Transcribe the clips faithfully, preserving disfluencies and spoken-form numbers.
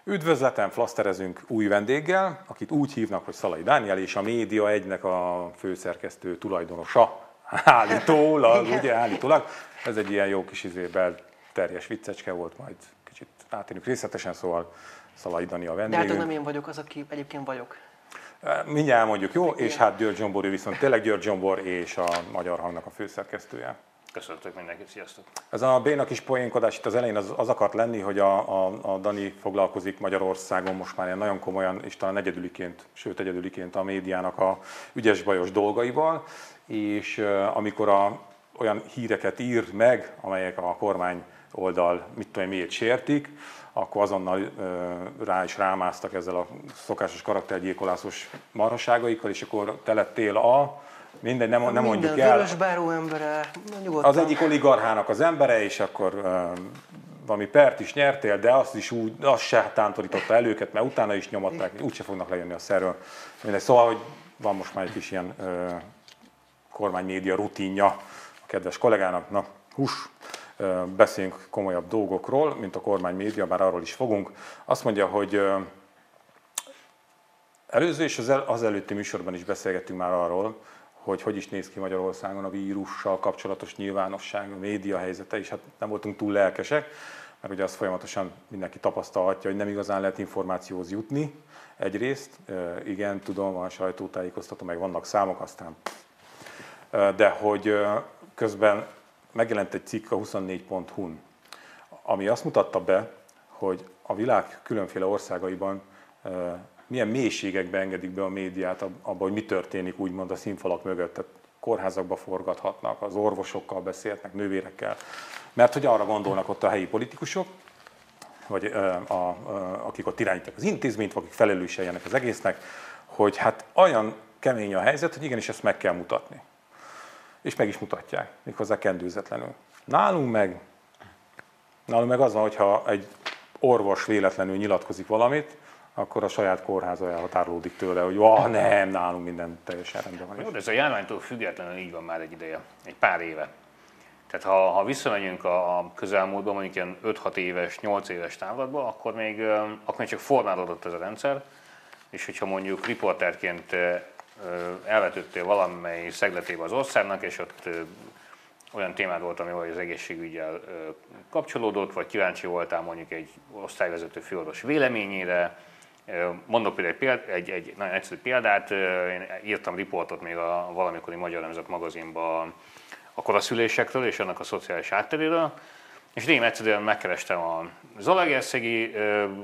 Üdvözletem, flaszterezünk új vendéggel, akit úgy hívnak, hogy Szalai Dániel, és a Média egynek a főszerkesztő tulajdonosa. Állítólag, ugye, állítólag. Ez egy ilyen jó kis izébel terjes viccecske volt, majd kicsit átérünk részletesen, szóval Szalai Dani a vendégünk. De hát nem én vagyok az, aki egyébként vagyok. Mindjárt mondjuk, jó? És hát György Zsombor, ő viszont tényleg György Zsombor és a Magyar Hangnak a főszerkesztője. Köszöntök mindenkit, sziasztok! Ez a béna kis poénkodás itt az elején az, az akart lenni, hogy a, a, a Dani foglalkozik Magyarországon most már ilyen nagyon komolyan, és talán egyedüliként, sőt egyedüliként a médiának a ügyes-bajos dolgaival, és uh, amikor a, olyan híreket ír meg, amelyek a kormány oldal, mit tudom, miért sértik, akkor azonnal uh, rá is rámásztak ezzel a szokásos karaktergyilkolásos marhaságaikkal, és akkor te lettél a Mindegy, nem, nem mondjuk el. Minden vörösbáró embere, nyugodtan. Az egyik oligarchának az embere, és akkor uh, valami pert is nyertél, de azt is úgy, azt se tántorította el őket, mert utána is nyomatták, úgyse fognak lejönni a szerről. Mindegy, szóval, hogy van most már egy kis ilyen uh, kormánymédia rutinja a kedves kollégának. Na, hús, uh, beszéljünk komolyabb dolgokról, mint a kormánymédia, bár arról is fogunk. Azt mondja, hogy uh, előző és az, el, az előtti műsorban is beszélgettünk már arról, hogy hogy is néz ki Magyarországon a vírussal kapcsolatos nyilvánosság, a média helyzete, és hát nem voltunk túl lelkesek, mert ugye azt folyamatosan mindenki tapasztalhatja, hogy nem igazán lehet információhoz jutni egyrészt. Igen, tudom, van sajtótájékoztató, meg vannak számok, aztán. De hogy közben megjelent egy cikk a huszonnégy pont hu-n, ami azt mutatta be, hogy a világ különféle országaiban milyen mélységekbe engedik be a médiát abba, hogy mi történik úgymond a színfalak mögött. Tehát kórházakba forgathatnak, az orvosokkal beszélhetnek, nővérekkel. Mert hogy arra gondolnak ott a helyi politikusok, vagy a, a, a, akik ott irányítják az intézményt, vagy akik felelősei ennek az egésznek, hogy hát olyan kemény a helyzet, hogy igenis ezt meg kell mutatni. És meg is mutatják, méghozzá kendőzetlenül. Nálunk meg, nálunk meg az van, hogyha egy orvos véletlenül nyilatkozik valamit, akkor a saját kórháza elhatárolódik tőle, hogy ah, nem, nálunk minden teljesen rendben van. Jó, de ez a járványtól függetlenül így van már egy ideje, egy pár éve. Tehát ha, ha visszamegyünk a, a közelmúltban, mondjuk ilyen öt-hat éves, nyolc éves távlatba, akkor még, akkor még csak formálódott ez a rendszer, és hogyha mondjuk riporterként elvetődtél valamely szegletébe az országnak, és ott olyan témád volt, ami az egészségügyel kapcsolódott, vagy kíváncsi voltál mondjuk egy osztályvezető főorvos véleményére. Mondok például egy, péld, egy, egy nagyon egyszerű példát, én írtam riportot még a valamikori Magyar Nemzet magazinban a koraszülésekről és annak a szociális hátteréről, és én egyszerűen megkerestem a zalaegerszegi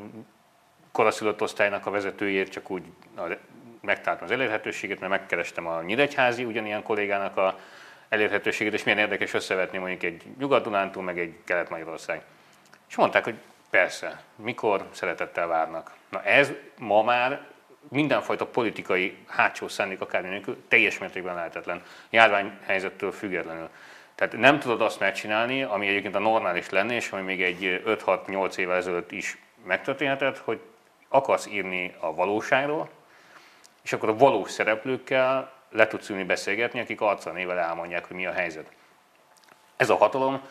koraszülött osztálynak a vezetőjét, csak úgy megtaláltam az elérhetőséget, mert megkerestem a nyíregyházi ugyanilyen kollégának a elérhetőséget, és milyen érdekes összevetni mondjuk egy Nyugat-Dunántúl, meg egy Kelet-Magyarország. És mondták, hogy persze, mikor, szeretettel várnak. Na ez ma már mindenfajta politikai hátsó szándék akármi nélkül teljes mértékben lehetetlen, járványhelyzettől függetlenül. Tehát nem tudod azt megcsinálni, ami egyébként a normális lenne, és ami még egy öt-hat-nyolc évvel ezelőtt is megtörténhetett, hogy akarsz írni a valóságról, és akkor a valós szereplőkkel le tudsz ülni beszélgetni, akik arccal névvel elmondják, hogy mi a helyzet. Ez a hatalom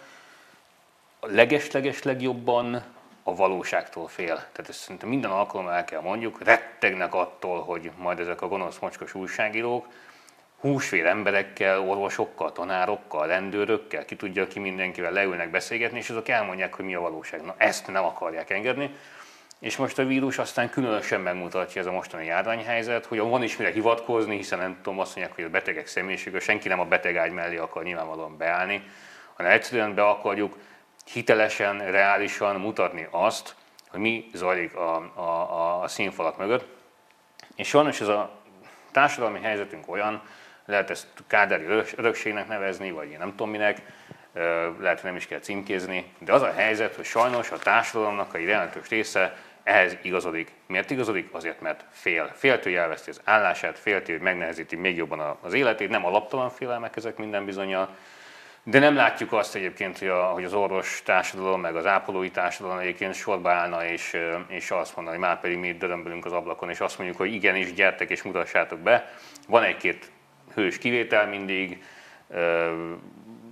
a leges-leges legjobban a valóságtól fél. Tehát ezt szerintem minden alkalommal el kell mondjuk, rettegnek attól, hogy majd ezek a gonosz mocskos újságírók húsvér emberekkel, orvosokkal, tanárokkal, rendőrökkel, ki tudja ki mindenkivel leülnek beszélgetni, és azok elmondják, hogy mi a valóság. Na ezt nem akarják engedni. És most a vírus aztán különösen megmutatja ez a mostani járványhelyzet, hogy van is mire hivatkozni, hiszen nem tudom, azt mondják, hogy a betegek személyisége, senki nem a betegágy mellé akar nyilvánvalóan beállni, hanem egyszerűen be akarjuk hitelesen, reálisan mutatni azt, hogy mi zajlik a, a, a színfalak mögött. És sajnos ez a társadalmi helyzetünk olyan, lehet ezt kádári örökségnek nevezni, vagy én nem tudom minek, lehet, hogy nem is kell címkézni, de az a helyzet, hogy sajnos a társadalomnak egy jelentős része ehhez igazodik. Miért igazodik? Azért, mert fél. Féltől elveszti az állását, féltől, hogy megnehezíti még jobban az életét, nem alaptalan félelmek ezek minden bizonnyal, de nem látjuk azt egyébként, hogy, a, hogy az orvos társadalom, meg az ápolói társadalom egyébként sorba állna, és, és azt mondani, hogy már pedig mi itt dörömbölünk az ablakon, és azt mondjuk, hogy igenis, gyertek és mutassátok be. Van egy-két hős kivétel mindig,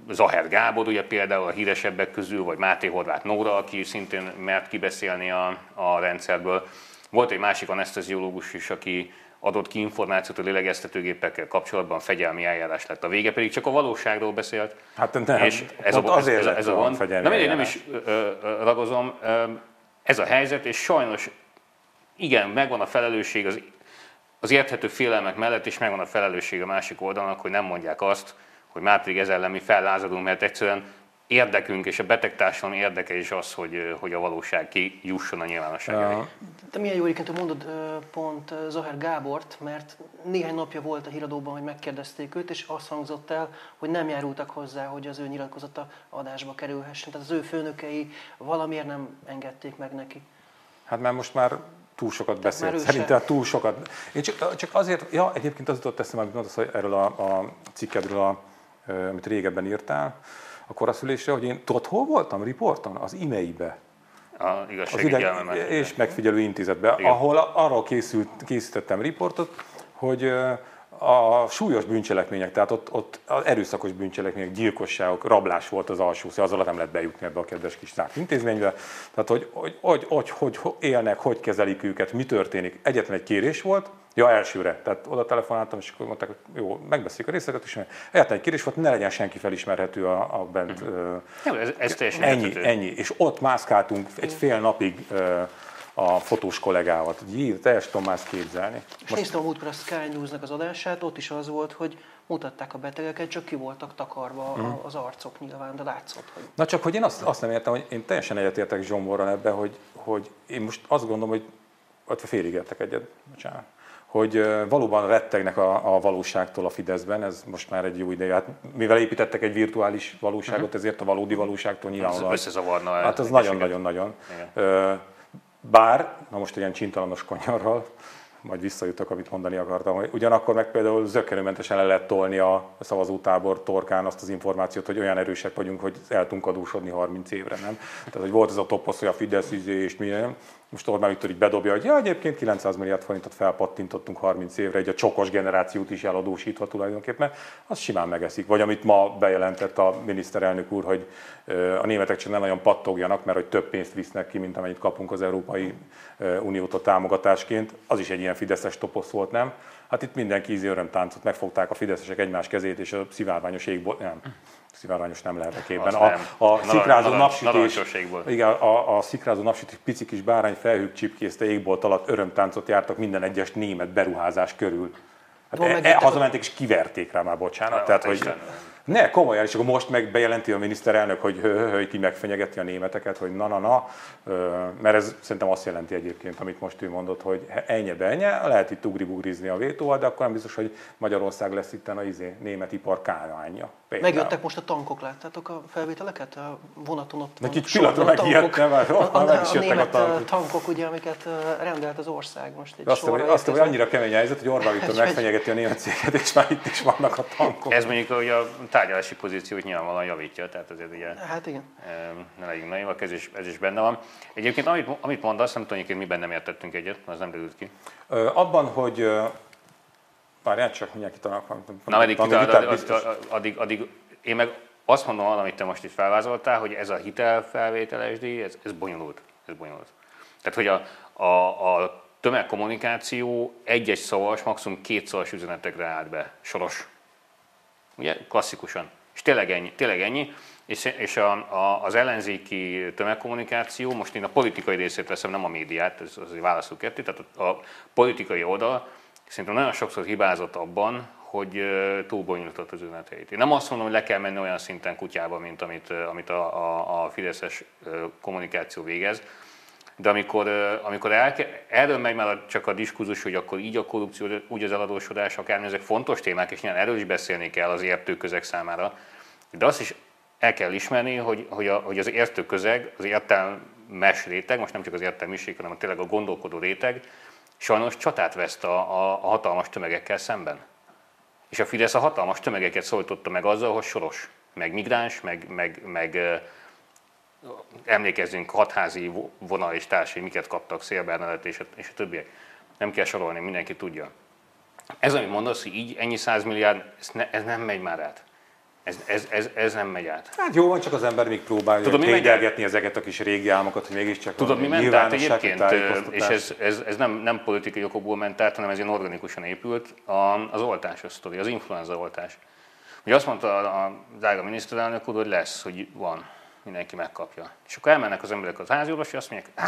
Zahár Gábor ugye például a híresebbek közül, vagy Máté Horváth Nóra, aki szintén mert kibeszélni a, a rendszerből. Volt egy másik aneszteziológus is, aki adott ki információt a lélegeztetőgépekkel kapcsolatban, fegyelmi eljárás lett a vége, pedig csak a valóságról beszélt. Hát nem, és ez a, azért ez, ez, ez a gond. Na mindegy, nem is ö, ö, ragozom, ö, ez a helyzet, és sajnos igen, megvan a felelősség az, az érthető félelmek mellett, és megvan a felelősség a másik oldalnak, hogy nem mondják azt, hogy már pedig ez ellen mi fellázadunk, mert egyszerűen érdekünk, és a betegtársadalom érdeke is az, hogy, hogy a valóság kijusson a nyilvánosság elé. Ja. De milyen jó egyébként, hogy mondod pont Zahár Gábort, mert néhány napja volt a híradóban, hogy megkérdezték őt, és azt hangzott el, hogy nem járultak hozzá, hogy az ő nyilatkozata adásba kerülhessen. Tehát az ő főnökei valamiért nem engedték meg neki. Hát mert most már túl sokat beszélt, szerintem túl sokat. Én csak, csak azért, ja, egyébként az jutott eszembe, amit mondasz erről a, a cikkedről, a, amit régebben írtál, a koraszülésre, hogy én tudod, hol voltam? Riporton? Az I M E I-be. A igazságügyelme és megfigyelő intézetbe, igen. Ahol arról készült, készítettem riportot, hogy a súlyos bűncselekmények, tehát ott, ott az erőszakos bűncselekmények, gyilkosságok, rablás volt az alsó szó, az alatt nem lehet bejutni ebbe a kedves kis zárt intézménybe. Tehát, hogy hogy, hogy, hogy hogy élnek, hogy kezelik őket, mi történik. Egyetlen egy kérés volt, ja, elsőre. Tehát oda telefonáltam, és akkor mondták, hogy jó, megbeszéljük a részeket, és egyetlen egy kérés volt, ne legyen senki felismerhető a, a bent. Uh-huh. Ja, ez, ez teljesen ennyi, értető. ennyi. És ott mászkáltunk egy fél napig a fotós kollégával. Jé, teljesen tudom már képzelni. És most... néztem a múltkor a Sky News-nak az adását, ott is az volt, hogy mutatták a betegeket, csak ki voltak takarva mm. az arcok nyilván, de látszott, hogy... Na csak, hogy én azt, azt nem értem, hogy én teljesen egyetértek Zsomborral ebben, hogy, hogy én most azt gondolom, hogy ott félig értek egyet, bocsánat, hogy valóban rettegnek a, a valóságtól a Fideszben, ez most már egy jó ideje. Hát, mivel építettek egy virtuális valóságot, uh-huh. ezért a valódi valóságtól nyilvánvalóan... Ez összezavarna. Hát az nagyon-nagyon-nagyon. Bár, na most ilyen csintalanos kanyarral, majd visszajutok, amit mondani akartam, hogy ugyanakkor meg például zökkenőmentesen le lehet tolni a szavazótábor torkán azt az információt, hogy olyan erősek vagyunk, hogy el tudunk adósodni harminc évre, nem? Tehát, hogy volt ez a toposz, hogy a Fidesz izé és milyen. Most Orbán Viktor így bedobja, hogy ja, egyébként kilencszáz milliárd forintot felpattintottunk harminc évre, egy a csokos generációt is eladósítva tulajdonképpen, az simán megeszik. Vagy amit ma bejelentett a miniszterelnök úr, hogy a németek csak nem nagyon pattogjanak, mert hogy több pénzt visznek ki, mint amennyit kapunk az Európai Uniótól támogatásként, az is egy ilyen fideszes toposz volt, nem? Hát itt mindenki ízi örömtáncot, megfogták a fideszesek egymás kezét, és a szivárványos égból, nem, szivárványos nem lehet a képben. A, a szikrázó napsütés, igen, a, a szikrázó napsütés pici kis bárány felhők csipkézte égbolt alatt örömtáncot jártak minden egyes német beruházás körül. Hát e, e, hazamenték és kiverték rá már, bocsánat. Tehát, hogy, ne, komolyan, és akkor most meg bejelenti a miniszterelnök, hogy hő, hő, ki megfenyegeti a németeket, hogy na, na, na, mert ez szerintem azt jelenti egyébként, amit most ő mondott, hogy ennyi benye, lehet itt ugribugrizni a vétóval, de akkor nem biztos, hogy Magyarország lesz itt a izé, német ipar kárványja. Megjöttek most a tankok, láttátok a felvételeket? A vonaton ott van. Kicsit pillanatra megijedtem, mert a, a, a, a német a tankok. tankok, ugye, amiket rendelt az ország most. Egy azt mondom, hogy, hogy annyira kemény a helyzet, hogy Orbán Viktor megfenyegeti a német céget, és már itt is vannak a tankok. Ez mondjuk, hogy a tárgyalási pozíciót nyilvánvalóan javítja, tehát azért ugye hát igen. Ne legyünk naivak, ez is, ez is benne van. Egyébként amit, amit mondasz, nem tudom, hogy miben nem értettünk egyet, az nem derült ki. Ö, abban, hogy várjál csak, mindjárt kitalálok. Na, addig, addig, addig, addig én meg azt mondom, amit te most itt felvázoltál, hogy ez a hitelfelvételes díj, ez, ez bonyolult. Ez bonyolult. Tehát, hogy a, a, a tömegkommunikáció egy-egy szavas, maximum két szavas üzenetekre állt be, soros. Ugye, klasszikusan. És tényleg ennyi. Tényleg ennyi. És, és a, a, az ellenzéki tömegkommunikáció, most én a politikai részét veszem, nem a médiát, ez azért válaszol ketté, tehát a, a politikai oldal szerintem nagyon sokszor hibázott abban, hogy túl bonyolított az üzeneteit. Én nem azt mondom, hogy le kell menni olyan szinten kutyába, mint amit, amit a, a, a fideszes kommunikáció végez, de amikor, amikor el, erről megy már csak a diskurzus, hogy akkor így a korrupció, úgy az eladósodás, akármi, ezek fontos témák, és nyilván erről is beszélni kell az értő közeg számára, de azt is el kell ismerni, hogy, hogy, a, hogy az értő közeg, az értelmes réteg, most nem csak az értelmiség, hanem tényleg a gondolkodó réteg, sajnos csatát veszt a, a, a hatalmas tömegekkel szemben. És a Fidesz a hatalmas tömegeket szólította meg azzal, hogy soros, meg migráns, meg, meg, meg emlékezzünk hatházi vonal és társai, miket kaptak, Szél Bernadett és a, és a többiek. Nem kell sorolni, mindenki tudja. Ez, amit mondasz, hogy így ennyi százmilliárd, ez, ne, ez nem megy már át. Ez, ez, ez, ez nem megy át. Hát jó van, csak az ember még próbálja védelgetni ezeket a kis régi álmokat, hogy mégiscsak Tudod, mi ment át egyébként, és ez, ez, ez nem, nem politikai okokból ment át, hanem ez ilyen organikusan épült, az oltásos sztori, az influenza oltás. Ugye azt mondta a drága miniszterelnök úr, hogy lesz, hogy van, mindenki megkapja. És akkor elmennek az emberek az háziorvosra, azt mondják,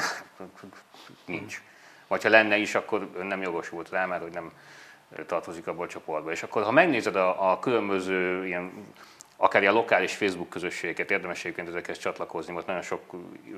nincs. Vagy ha lenne is, akkor ön nem jogosult rá, mert hogy nem tartozik abból a csoportba. És akkor, ha megnézed a, a különböző ilyen, akár ilyen lokális Facebook közösségeket, érdemes egyébként ezekhez csatlakozni, most nagyon sok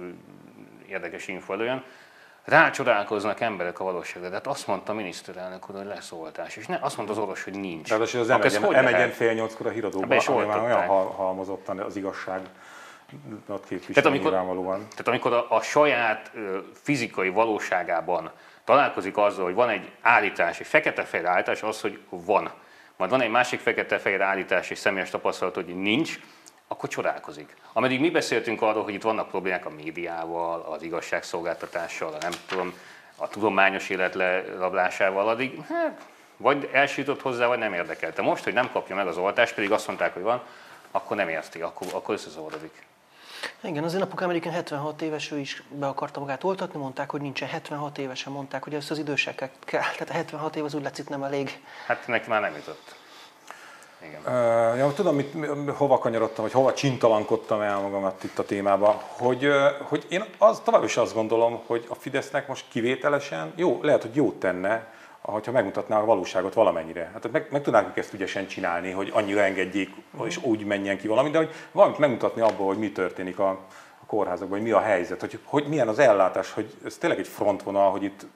érdekes info előjön, rácsodálkoznak emberek a valóságra. De hát azt mondta a miniszterelnök úr, hogy lesz oltás, és ne, azt mondta az orvos, hogy nincs. Ráadásul az em egyen fél nyolckor a híradóban, ami már olyan halmozottan az igazság képvisel tehát amikor, nyilvánvalóan. Tehát amikor a, a saját ö, fizikai valóságában találkozik azzal, hogy van egy állítás, egy fekete-fehér állítás, az, hogy van. Majd van egy másik fekete-fehér állítás és személyes tapasztalat, hogy nincs, akkor csodálkozik. Ameddig mi beszéltünk arról, hogy itt vannak problémák a médiával, az igazságszolgáltatással, a nem tudom, a tudományos élet lerablásával, addig hát, vagy elsütött hozzá, vagy nem érdekelte. Most, hogy nem kapja meg az oltást, pedig azt mondták, hogy van, akkor nem érti, akkor, akkor összezavarodik. Igen, az én apukám egyébként hetvenhat éves, ő is be akarta magát oltatni, mondták, hogy nincsen, hetvenhat évesen mondták, hogy ezt az idősekkel kell, tehát a hetvenhat év az úgy látszik nem elég. Hát neki már nem jutott. Igen. Uh, ja, tudom, mit, hova kanyarodtam, vagy hova csintalankodtam el magamat itt a témába, hogy, uh, hogy én az, tovább is azt gondolom, hogy a Fidesznek most kivételesen, jó, lehet, hogy jót tenne, ha megmutatná a valóságot valamennyire. Hát meg, meg tudnánk ezt ügyesen csinálni, hogy annyira engedjék, és úgy menjen ki valami, de hogy valamit megmutatni abból, hogy mi történik a, a kórházakban, hogy mi a helyzet, hogy, hogy milyen az ellátás, hogy ez tényleg egy frontvonal, hogy itt...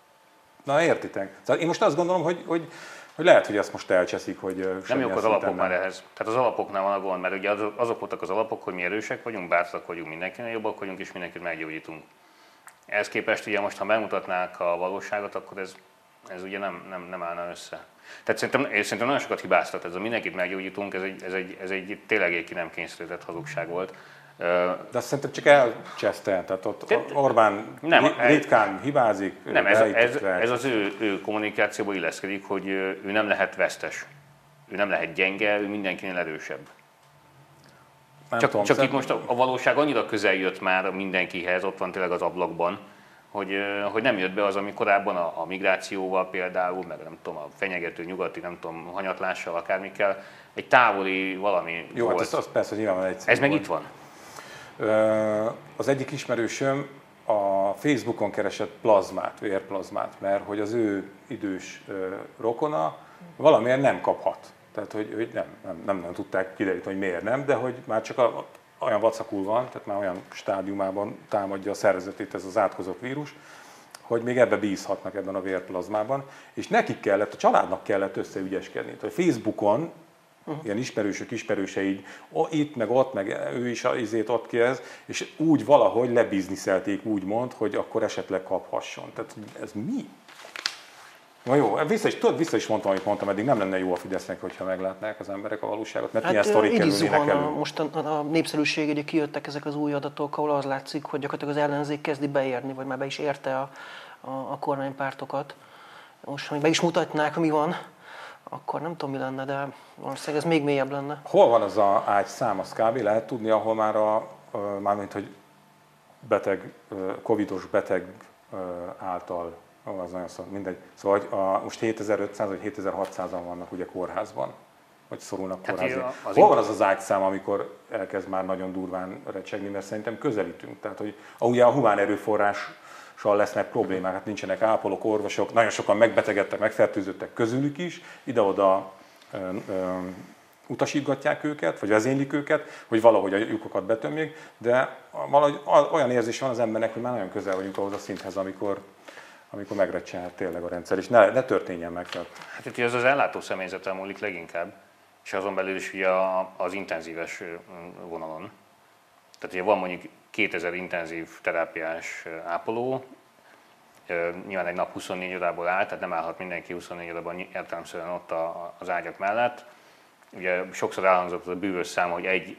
Na értitek? Szóval én most azt gondolom, hogy, hogy, hogy lehet, hogy ezt most elcseszik, hogy... Nem jók az alapok már ehhez. Tehát az alapoknál van a gond, mert ugye azok voltak az alapok, hogy mi erősek vagyunk, bátrak vagyunk, mindenkinek jobbak vagyunk, és mindenkit meggyógyítunk. Ehhez képest ugye most, ha megmutatnák a valóságot, akkor ez Ez ugye nem, nem, nem állna össze. Tehát szerintem, szerintem nagyon sokat hibáztat ez a mindenkit meggyógyítunk, ez egy, ez egy, ez egy tényleg egy ki nem kényszerített hazugság volt. De azt szerintem csak elcseszte, tehát ott Orbán nem, ritkán hibázik. Nem, ez, ez, ez az ő, ő kommunikációból illeszkedik, hogy ő nem lehet vesztes, ő nem lehet gyenge, ő mindenkinél erősebb. Nem csak tudom, csak itt most a, a valóság annyira közel jött már mindenkihez, ott van tényleg az ablakban, Hogy, hogy nem jött be az, ami korábban a, a migrációval például, meg nem tudom, a fenyegető nyugati, nem tudom, hanyatlással, akármikkel, egy távoli valami Jó, volt. hát ez az persze nyilván egyszerű. Ez meg itt van. Az egyik ismerősöm a Facebookon keresett plazmát, vérplazmát, mert hogy az ő idős rokona valamiért nem kaphat. Tehát, hogy, hogy nem, nem, nem, nem tudták kideríteni, hogy miért nem, de hogy már csak a olyan vacakul van, tehát már olyan stádiumában támadja a szervezetét ez az átkozott vírus, hogy még ebbe bízhatnak ebben a vérplazmában, és nekik kellett, a családnak kellett összeügyeskedni. Tehát Facebookon uh-huh. ilyen ismerősök ismerősei, itt meg ott, meg ő is izét ott kérdez, és úgy valahogy lebizniszelték úgymond, hogy akkor esetleg kaphasson. Tehát ez mi? Na jó, vissza is, tudod, vissza is mondtam, amit mondtam, eddig nem lenne jó a Fidesznek, hogyha meglátnák az emberek a valóságot, mert hát, milyen sztorik kerülnének elő. Most a, a népszerűség, ugye kijöttek ezek az új adatok, ahol az látszik, hogy gyakorlatilag az ellenzék kezdi beérni, vagy már be is érte a, a, a kormánypártokat. Most, ha be is mutatnák, mi van, akkor nem tudom, mi lenne, de valószínűleg ez még mélyebb lenne. Hol van az a ágyszám, az kb. Lehet tudni, ahol már a, mármint, hogy beteg, covidos beteg által, az nagyon szó, mindegy. Szóval hogy a, most hétezer-ötszáz vagy hétezer-hatszázan vannak ugye kórházban, vagy szorulnak kórházba. Hát hol van az az ágyszám, amikor elkezd már nagyon durván recsegni, mert szerintem közelítünk. Tehát, hogy ugye a humán erőforrással lesznek problémák, hát nincsenek ápolók, orvosok, nagyon sokan megbetegedtek, megfertőzöttek közülük is, ide-oda ö, ö, utasítgatják őket, vagy vezénylik őket, hogy valahogy a lyukokat betömjék, de valahogy olyan érzés van az embernek, hogy már nagyon közel vagyunk ahhoz a szinthez, amikor amikor megrecsenhet tényleg a rendszer, és ne, ne történjen meg. Tehát. Hát itt ez az ellátó személyzetel múlik leginkább, és azon belül is ugye az intenzíves vonalon. Tehát ugye van mondjuk kétezer intenzív terápiás ápoló, nyilván egy nap huszonnégy órából áll, tehát nem állhat mindenki huszonnégy órában értelemszerűen ott az ágyak mellett. Ugye sokszor elhangzott a bűvös szám, hogy egy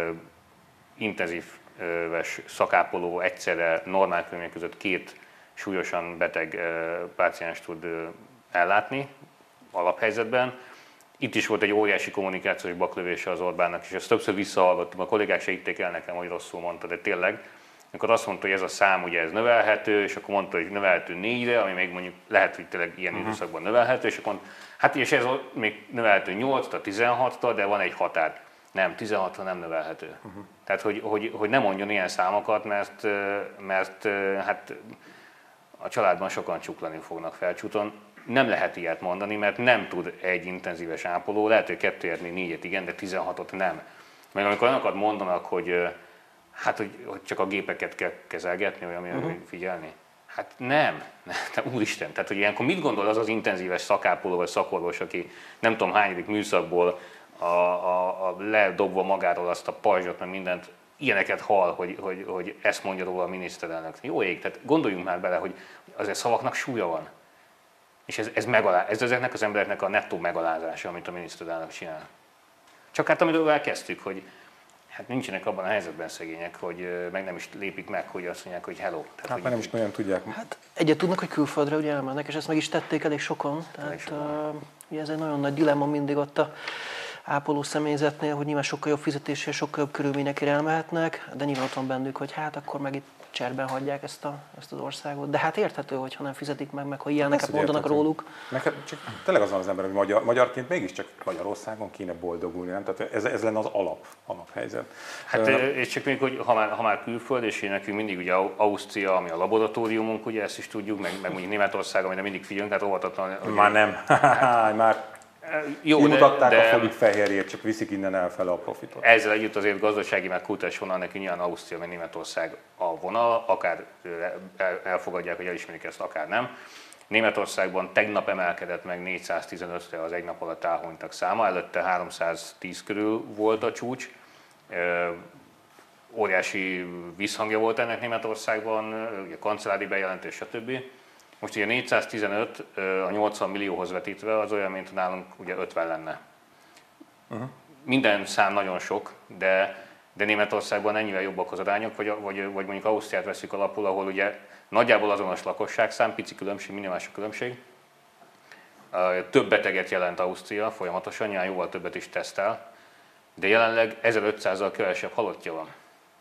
intenzíves szakápoló egyszerre normál körülmények között két súlyosan beteg páciens tud ellátni alaphelyzetben, Itt is volt egy óriási kommunikációs baklövése az Orbánnak, és ezt többször visszahallgattam, a kollégák se hitték el nekem, hogy rosszul mondta, de tényleg, amikor azt mondta, hogy ez a szám ugye ez növelhető, és akkor mondta, hogy növelhető négyre, ami még mondjuk lehet, hogy tényleg ilyen uh-huh. időszakban növelhető, és akkor mondta, hát és ez még növelhető nyolcra, tizenhatra, de van egy határ. Nem, tizenhatra nem növelhető. Uh-huh. Tehát, hogy, hogy, hogy ne mondjon ilyen számokat, mert, mert hát a családban sokan csuklani fognak Felcsúton. Nem lehet ilyet mondani, mert nem tud egy intenzíves ápoló, lehet, hogy kettőért négyet igen, de tizenhatot nem. Meg amikor olyanokat mondanak, hogy hát, hogy, hogy csak a gépeket kell kezelgetni, olyan, amire uh-huh. figyelni. Hát nem, nem, úristen, tehát hogy ilyenkor mit gondol az az intenzíves szakápoló vagy szakorvos, aki nem tudom hányadik műszakból a, a, a ledobva magáról azt a pajzsot, meg mindent, ilyeneket hall, hogy, hogy, hogy ezt mondja róla a miniszterelnök. Jó ég, tehát gondoljunk már bele, hogy azért szavaknak súlya van. És ez, ez, megalá, ez ezeknek az embereknek a nettó megalázása, amit a miniszterelnök csinál. Csak hát amiről elkezdtük, hogy hát nincsenek abban a helyzetben szegények, hogy meg nem is lépik meg, hogy azt mondják, hogy hello. Tehát, hát hogy már nem is nagyon tudják. Hát egyet tudnak, hogy külföldre ugye elmennek, és ezt meg is tették elég sokan. Tehát elég sokan. Uh, ugye ez egy nagyon nagy dilemma mindig ott a ápoló személyzetnél, hogy nyilván sokkal jobb fizetéssel, sokkal jobb körülményekre elmehetnek, de nyilván ott van bennük, hogy hát akkor meg itt cserben hagyják ezt, a, ezt az országot. De hát érthető, hogyha nem fizetik meg, meg ha ilyeneket hát mondanak érthető. Róluk. Meg csak tényleg az van az ember, hogy magyar, magyarként mégiscsak Magyarországon kéne boldogulni, nem? Tehát ez, ez lenne az alap, alaphelyzet. Hát uh, és csak még, hogy ha már, ha már külföld, és én nekünk mindig ugye Ausztria, ami a laboratóriumunk, ugye ezt is tudjuk, meg, meg mondjuk Németország, amire mindig figyelünk, hát óvatatlan. Már nem, hát, már jó, kimutatták de, de, a fogjuk fehérjét, csak viszik innen elfele a profitot. Ezzel együtt azért gazdasági meg kultúrás vonal, neki nyilván Ausztria, meg Németország a vonal, akár elfogadják, hogy elismerik ezt, akár nem. Németországban tegnap emelkedett meg négyszáztizenötre az egy nap alatt elhunytak száma, előtte háromszáztíz körül volt a csúcs. Óriási visszhangja volt ennek Németországban, ugye kancellári bejelentés, stb. Most ugye négyszáztizenöt a nyolcvan millióhoz vetítve az olyan, mint nálunk ugye ötven lenne. Uh-huh. Minden szám nagyon sok, de, de Németországban ennyivel jobbak az arányok, vagy, vagy, vagy mondjuk Ausztriát veszük alapul, ahol ugye nagyjából azonos lakosságszám, pici különbség, minimális a különbség. Több beteget jelent Ausztria folyamatosan, nyilván jóval többet is tesztel, de jelenleg ezerötszázzal kevesebb halottja van.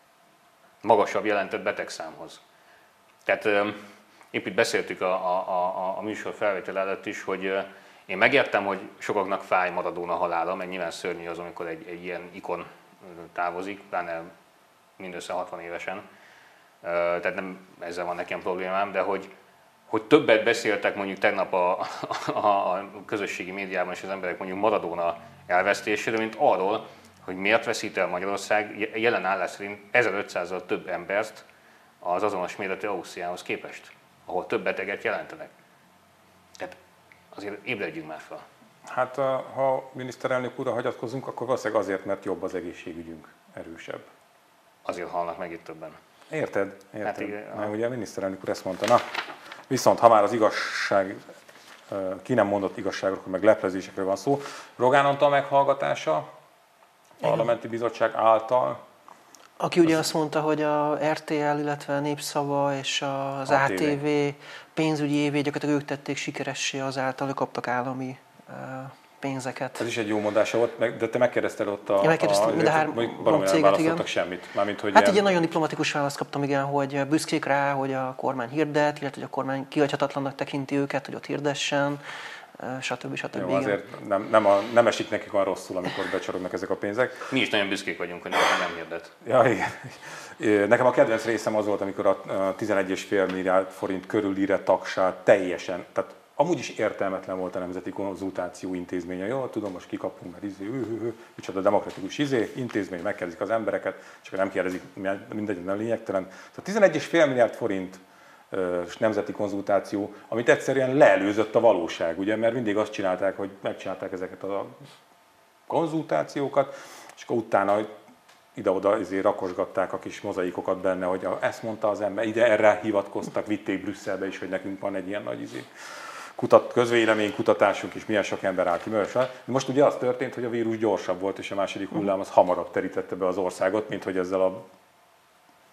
Magasabb jelentett betegszámhoz. Tehát épp itt beszéltük a, a, a, a műsor felvétel előtt is, hogy én megértem, hogy sokaknak fáj Maradona halála, meg nyilván szörnyű az, amikor egy, egy ilyen ikon távozik, pláne mindössze hatvan évesen. Tehát nem ezzel van nekem problémám, de hogy, hogy többet beszéltek mondjuk tegnap a, a, a közösségi médiában és az emberek mondjuk Maradona elvesztéséről, mint arról, hogy miért veszít el Magyarország jelen állás szerint ezerötszázzal több embert az azonos méretű Ausztriához képest, ahol több beteget jelentenek. Tehát azért ébredjünk már fel. Hát ha miniszterelnök úrra hagyatkozunk, akkor valószínűleg azért, mert jobb az egészségügyünk, erősebb. Azért halnak meg itt többen. Érted? Érted. Hát igen, mert ugye a miniszterelnök úr ezt mondta. Na, viszont ha már az igazság, ki nem mondott igazságokról, meg leplezésekről van szó, Rogán Antal meghallgatása, parlamenti bizottság által. Aki ugye azt mondta, hogy a er té el, illetve a Népszava és az á té vé pénzügyi évét gyakorlatilag ők tették sikeressé azáltal, hogy kaptak állami pénzeket. Ez is egy jó mondása volt, de te megkérdezted ott a... Én megkérdeztem, mind a három céget, igen. Semmit. Mármint, hogy hát ilyen... egy nagyon diplomatikus választ kaptam, igen, hogy büszkék rá, hogy a kormány hirdet, illetve hogy a kormány kihagyhatatlannak tekinti őket, hogy ott hirdessen, stb. stb. Jó, azért nem, nem, a, nem esik nekik olyan rosszul, amikor becsorognak ezek a pénzek. Mi is nagyon büszkék vagyunk, hogy nem, nem hirdet. Ja, igen. Nekem a kedvenc részem az volt, amikor a tizenegy egész öt milliárd forint körülire tagság teljesen, tehát amúgy is értelmetlen volt a Nemzeti Konzultáció intézménye. Jó, tudom, most kikapunk, mert izé, ő, ő, ő, micsoda demokratikus izé, intézmény, megkérdezik az embereket, csak nem kérdezik, mindegy, nem lényegtelen. Szóval tizenegy egész öt milliárd forint nemzeti konzultáció, amit egyszerűen leelőzött a valóság, ugye, mert mindig azt csinálták, hogy megcsinálták ezeket a konzultációkat, és akkor utána ide-oda azért rakosgatták a kis mozaikokat benne, hogy ezt mondta az ember, ide erre hivatkoztak, vitték Brüsszelbe is, hogy nekünk van egy ilyen nagy izé. Kutat, közvélemény kutatásunk is, milyen sok ember áll ki. Most ugye az történt, hogy a vírus gyorsabb volt, és a második hullám az hamarabb terítette be az országot, mint hogy ezzel a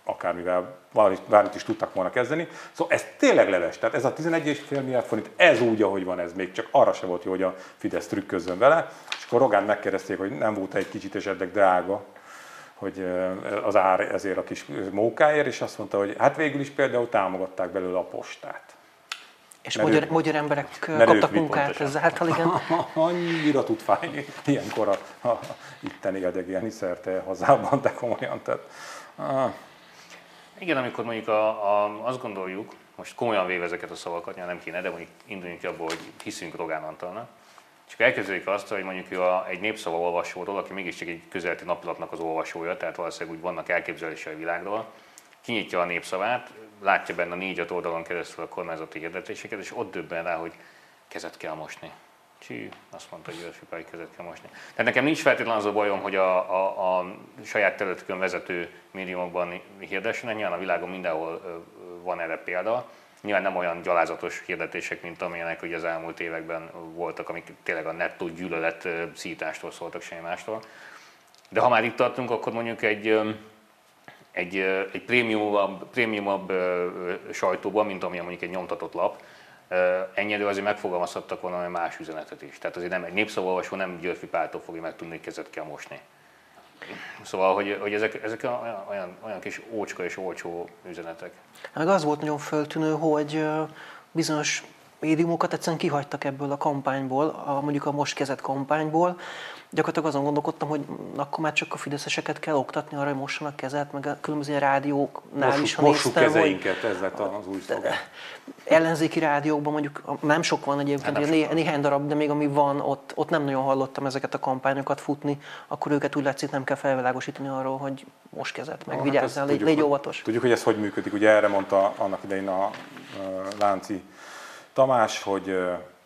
akármivel, bármit is tudtak volna kezdeni. Szóval ez tényleg leves. Tehát ez a tizenegy egész öt milliárd forint, ez úgy, ahogy van, ez még csak arra se volt jó, hogy a Fidesz trükközzön vele. És akkor Rogán megkérdezték, hogy nem volt egy kicsit esetleg drága, hogy az ár ezért a kis mókáért, és azt mondta, hogy hát végül is például támogatták belőle a postát. És magyar, ők, magyar emberek kaptak munkát ezáltal, igen. Annyira tud fájni ilyenkor a, a itteni érdegélni szerte hazában, de komolyan. Tehát, ah. Igen, amikor mondjuk a, a, azt gondoljuk, most komolyan véve ezeket a szavakat, nem kéne, de mondjuk induljunk ki abból, hogy hiszünk Rogán Antalnak, csak elkezdődik azt, hogy mondjuk ő a, egy népszava olvasóról, aki mégiscsak egy közeleti napilapnak az olvasója, tehát valószínűleg úgy vannak elképzelései a világról, kinyitja a Népszavát, látja benne a négy-öt oldalon keresztül a kormányzati hirdetéseket, és ott döbben rá, hogy kezet kell mosni. Csí, azt mondta, hogy Györfi Pál, kezet kell mosni. Tehát nekem nincs feltétlenül az a bajom, hogy a, a, a saját területükön vezető médiumokban hirdessenek, nyilván a világon mindenhol van erre példa. Nyilván nem olyan gyalázatos hirdetések, mint amilyenek ugye az elmúlt években voltak, amik tényleg a nettó gyűlölet szítástól szóltak, semmi mástól. De ha már itt tartunk, akkor mondjuk egy egy, egy prémiumabb, prémiumabb sajtóban, mint amilyen mondjuk egy nyomtatott lap, ennyire azért megfogalmazhattak volna más üzenetet is. Tehát azért nem, egy népszavaolvasó nem Györfi Páltól fogja megtudni, hogy kezet kell mosni. Szóval, hogy, hogy ezek, ezek olyan, olyan, olyan kis ócska és olcsó üzenetek. Meg az volt nagyon föltűnő, hogy bizonyos médiumokat egyszerűen kihagytak ebből a kampányból, a, mondjuk a Most Kezet kampányból. Gyakorlatilag azon gondolkodtam, hogy akkor már csak a fideszeseket kell oktatni arra, hogy mossanak kezet, meg a különböző rádióknál Mossuk, is, ha mossuk néztem, kezeinket, ez lett az új szlogán. Ellenzéki rádiókban mondjuk nem sok van egyébként, hát né, néhány darab, de még ami van, ott, ott nem nagyon hallottam ezeket a kampányokat futni, akkor őket úgy látszik, nem kell felvilágosítani arról, hogy most kezet, meg ah, vigyázzál, hát légy, légy óvatos. Tudjuk, hogy ez hogy működik. Ugye erre mondta annak idején a, a Lánci Tamás, hogy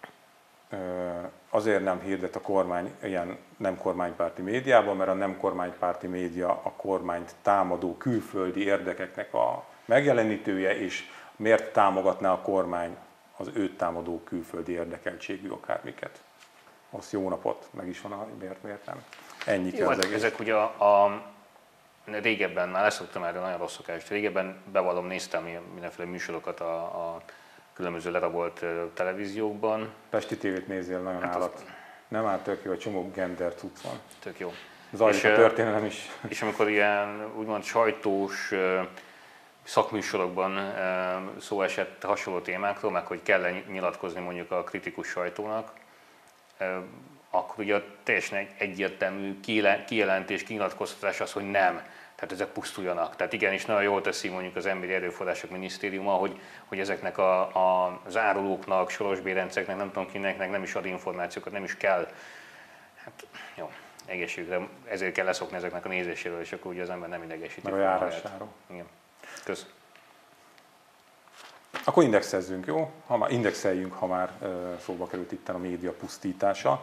azért nem hirdet a kormány ilyen nem kormánypárti médiában, mert a nem kormánypárti média a kormányt támadó külföldi érdekeknek a megjelenítője, és miért támogatná a kormány az őt támadó külföldi érdekeltségű akármiket. Azt jó napot, meg is van a miért, miért nem. Ennyi kell az egész. Ezek ugye a, a régebben, már leszoktam erről nagyon rossz szokást, régebben bevallom, néztem mindenféle műsorokat a, a különböző lerabolt televíziókban. Pesti tévét nézzél, nagyon hát állat. Az... Nem áll tök jó, egy csomó gender cucc van. Tök jó. Zajlik a történelem is. És amikor ilyen úgymond sajtós szakműsorokban szó esett hasonló témákról, meg hogy kell nyilatkozni mondjuk a kritikus sajtónak, akkor ugye teljesen egyértelmű kijelentés, kinyilatkoztatás az, hogy nem. Tehát ezek pusztuljanak. Tehát igenis nagyon jól teszi mondjuk az Emberi Erőforrások Minisztériuma, hogy, hogy ezeknek a, a, az árulóknak, sorosbérenceknek, nem tudom kinek, nem is ad információkat, nem is kell. Hát jó, egészségükre, ezért kell leszokni ezeknek a nézéséről, és akkor ugye az ember nem idegesíti. Meg a járásáról. Igen. Kösz. Akkor indexezzünk, jó? Ha már indexeljünk, ha már szóba került itt a média pusztítása.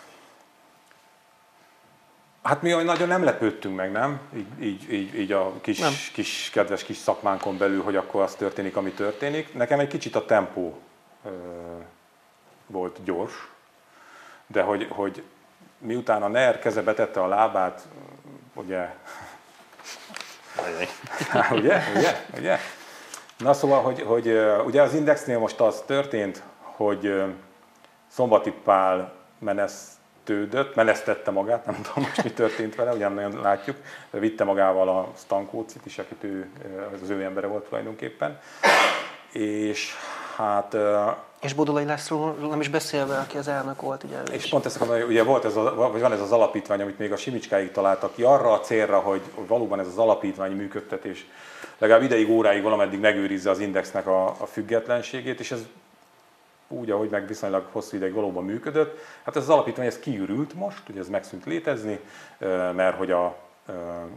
Hát mi nagyon nem lepődtünk meg, nem? Így, így, így, így a kis, nem. kis kedves kis szakmánkon belül, hogy akkor az történik, ami történik. Nekem egy kicsit a tempó ö, volt gyors, de hogy, hogy miután a NER keze betette a lábát, ugye, ugye, ugye, ugye? Na szóval, hogy, hogy ugye az Indexnél most az történt, hogy Szombati Pál menesztődött, menesztette magát, nem tudom most mi történt vele, ugye nem nagyon látjuk, de vitte magával a Stankócit is, akit ő, az ő embere volt tulajdonképpen. És hát... És Bodolai Lászlóról nem is beszélve, aki az elnök volt, ugye. És pont ezt mondom, ugye volt ez a, vagy van ez az alapítvány, amit még a Simicskáig találtak ki, arra a célra, hogy valóban ez az alapítvány működtetés legalább ideig, óráig valameddig megőrizze az Indexnek a, a függetlenségét, és ez úgy, ahogy meg viszonylag hosszú ideig valóban működött. Hát ez az alapítvány, ez kiürült most, ugye ez megszűnt létezni, mert hogy a uh,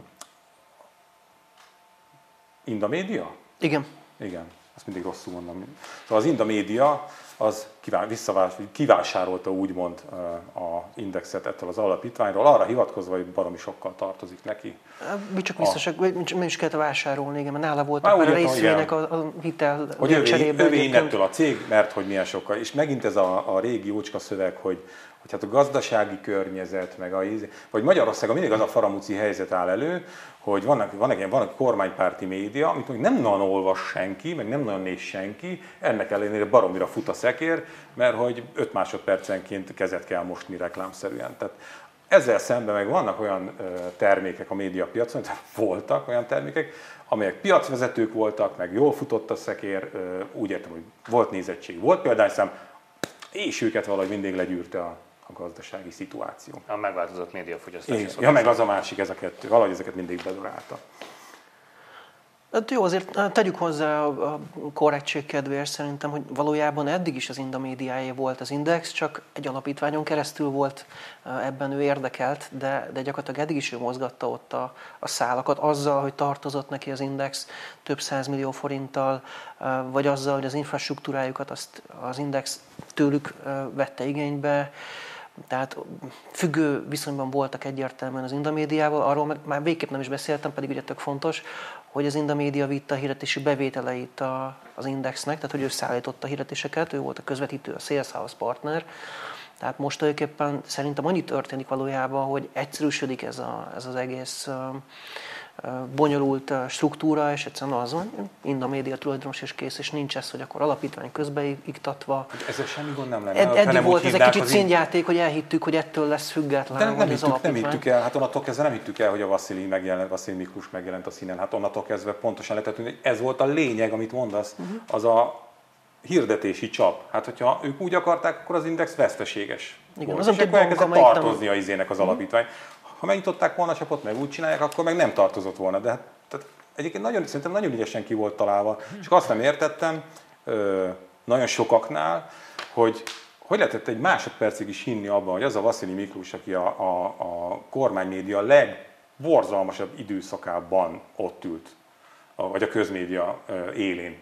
Indamédia? Igen. Igen, azt mindig rosszul mondom. Szóval az Indamédia az kivásárolta úgymond a Indexet ettől az alapítványról, arra hivatkozva, hogy baromi sokkal tartozik neki. Mi csak visszasak, nem is kellett vásárolni, igen, mert nála voltak már a részvények a, a hitel hogy övé, övé innettől a cég, mert hogy milyen sokkal. És megint ez a, a régi jócska szöveg, hogy, hogy hát a gazdasági környezet, meg a, vagy Magyarországon mindig az a faramúci helyzet áll elő, hogy vannak, vannak ilyen vannak kormánypárti média, amit még nem nagyon olvas senki, meg nem nagyon néz senki, ennek ellenére baromira fut a szekér, mert hogy öt másodpercenként kezet kell mosni reklámszerűen. Tehát ezzel szemben meg vannak olyan termékek a médiapiacon, tehát voltak olyan termékek, amelyek piacvezetők voltak, meg jól futott a szekér, úgy értem, hogy volt nézettség, volt példányszám, és őket valahogy mindig legyűrte a, a gazdasági szituáció. A megváltozott médiafogyasztás. Ja, meg az a másik, ez a kettő, valahogy ezeket mindig bedorálta. Hát jó, azért tegyük hozzá a korrektség kedvéért szerintem, hogy valójában eddig is az Indamédiáé volt az Index, csak egy alapítványon keresztül volt ebben ő érdekelt, de, de gyakorlatilag eddig is ő mozgatta ott a, a szálakat azzal, hogy tartozott neki az Index több százmillió forinttal, vagy azzal, hogy az infrastruktúrájukat azt az Index tőlük vette igénybe. Tehát függő viszonyban voltak egyértelműen az Indamédiával, arról meg már végképp nem is beszéltem, pedig ugye tök fontos, hogy az Indamédia vitte a hirdetési bevételeit a, az Indexnek, tehát hogy ő szállította a hirdetéseket, ő volt a közvetítő, a Sales House partner. Tehát most tulajdonképpen szerintem annyi történik valójában, hogy egyszerűsödik ez, a, ez az egész bonyolult struktúra, és egyszerűen az van, Indamédia tulajdonos és kész, és nincs ez, hogy akkor alapítvány közbeiktatva. Ezzel semmi gond nem lenne. Ed, eddig volt ez egy kicsit színjáték, hogy elhittük, hogy ettől lesz független. De nem, nem, az hittük, nem hittük el, hát onnantól kezdve nem hittük el, hogy a Vasszili megjelent, Vasszili Miklós megjelent a színen, hát onnantól kezdve pontosan lehetett, hogy ez volt a lényeg, amit mondasz, uh-huh. az a hirdetési csap. Hát hogyha ők úgy akarták, akkor az Index veszteséges. Igen, volt. És akkor elkezdett tartozni az izének az alapítvány. Ha megnyitották volna a csapot, meg úgy csinálják, akkor meg nem tartozott volna. De hát tehát egyébként nagyon, szerintem nagyon ügyesen ki volt találva. Csak azt nem értettem, ö, nagyon sokaknál, hogy hogy lehetett egy másodpercig is hinni abban, hogy az a Vasszili Miklós, aki a, a, a kormánymédia legborzalmasabb időszakában ott ült, a, vagy a közmédia ö, élén,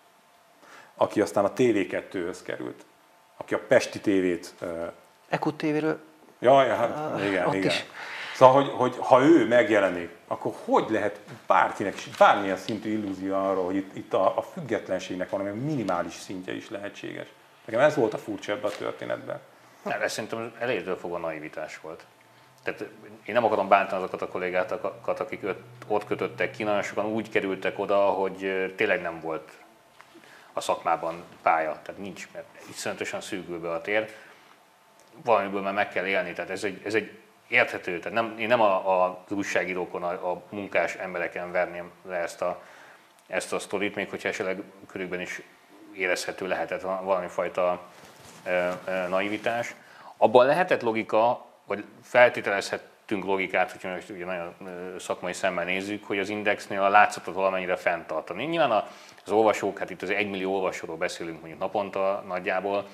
aki aztán a té vé kettőhöz került, aki a Pesti tévét... Ö, Ekut tévéről... Jaj, hát igen, igen. Is. Szóval, hogy, hogy ha ő megjelenik, akkor hogy lehet bárkinek, bármilyen szintű illúzió arról, hogy itt, itt a, a függetlenségnek valami minimális szintje is lehetséges. Nekem ez volt a furcsa ebben a történetben. Nem, ez szerintem elejétől fogva naivitás volt. Tehát én nem akarom bántani azokat a kollégákat, akik ott kötöttek ki, nagyon sokan úgy kerültek oda, hogy tényleg nem volt a szakmában pálya, tehát nincs, mert iszonyatosan szűkül be a tér. Valamiből már meg kell élni, tehát ez egy, ez egy érthető, tehát nem, én nem a, a, az újságírókon, a, a munkás embereken verném le ezt a, ezt a sztorit, még hogyha esetleg körükben is érezhető lehetett valami fajta e, e, naivitás. Abban lehetett logika, vagy feltételezhettünk logikát, hogyha most ugye nagyon szakmai szemmel nézzük, hogy az Indexnél a látszatot valamennyire fenntartani. Nyilván az olvasók, hát itt az egymillió olvasóról beszélünk mondjuk naponta nagyjából,